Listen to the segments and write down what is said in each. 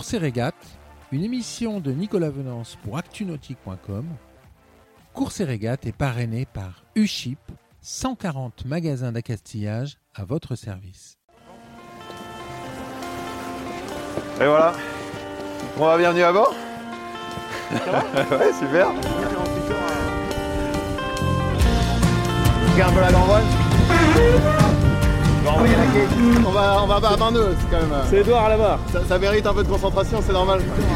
Courses et régates, une émission de Nicolas Venance pour actunautique.com. Courses et régates est parrainée par UShip, 140 magasins d'accastillage à votre service. Et voilà. Bon, bienvenue à bord. Ouais, super. Regarde un peu la grande voile. On va envoyer la quai. On va battre un nœud, c'est quand même. C'est Edouard à la barre. Ça mérite un peu de concentration, c'est normal.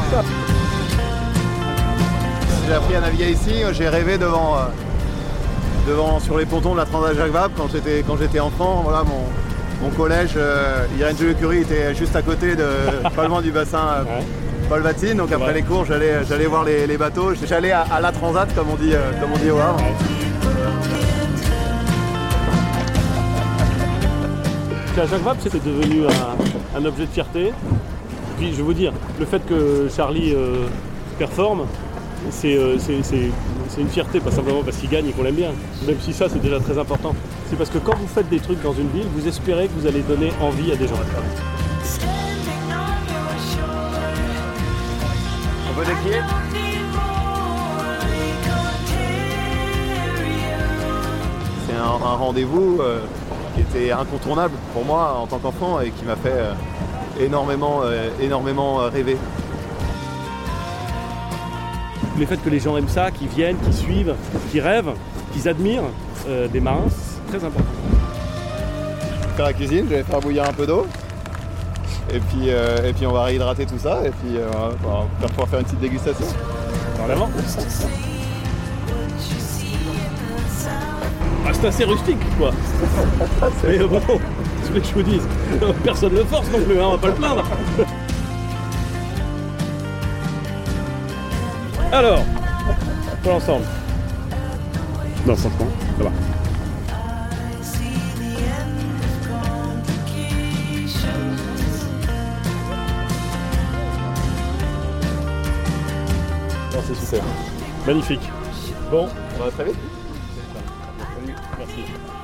J'ai appris à naviguer ici, j'ai rêvé devant sur les pontons de la Transat Jacques Vabre quand j'étais enfant. Voilà, mon collège, Irène Jules-Curie était juste à côté, pas loin du bassin Paul Vatine. Donc après les cours, j'allais voir les bateaux. J'allais à la Transat, comme on dit au Havre. À Jacques Vabre, c'était devenu un objet de fierté. Puis je vais vous dire, le fait que Charlie performe, c'est une fierté, pas simplement parce qu'il gagne et qu'on l'aime bien. Même si ça, c'est déjà très important. C'est parce que quand vous faites des trucs dans une ville, vous espérez que vous allez donner envie à des gens. On peut décrier ? C'est un rendez-vous qui était incontournable pour moi en tant qu'enfant et qui m'a fait énormément rêver. Le fait que les gens aiment ça, qu'ils viennent, qu'ils suivent, qu'ils rêvent, qu'ils admirent des marins, c'est très important. Je vais faire la cuisine, je vais faire bouillir un peu d'eau. Et puis on va réhydrater tout ça et puis on va pouvoir faire une petite dégustation. En avant. Ah, c'est assez rustique quoi. Mais bon, ce que je vous dis, personne ne le force non plus, hein, on va pas le plaindre. Alors, pour l'ensemble. Non, franchement, ça va. Non, c'est super. Magnifique. Bon, On va très vite. merci.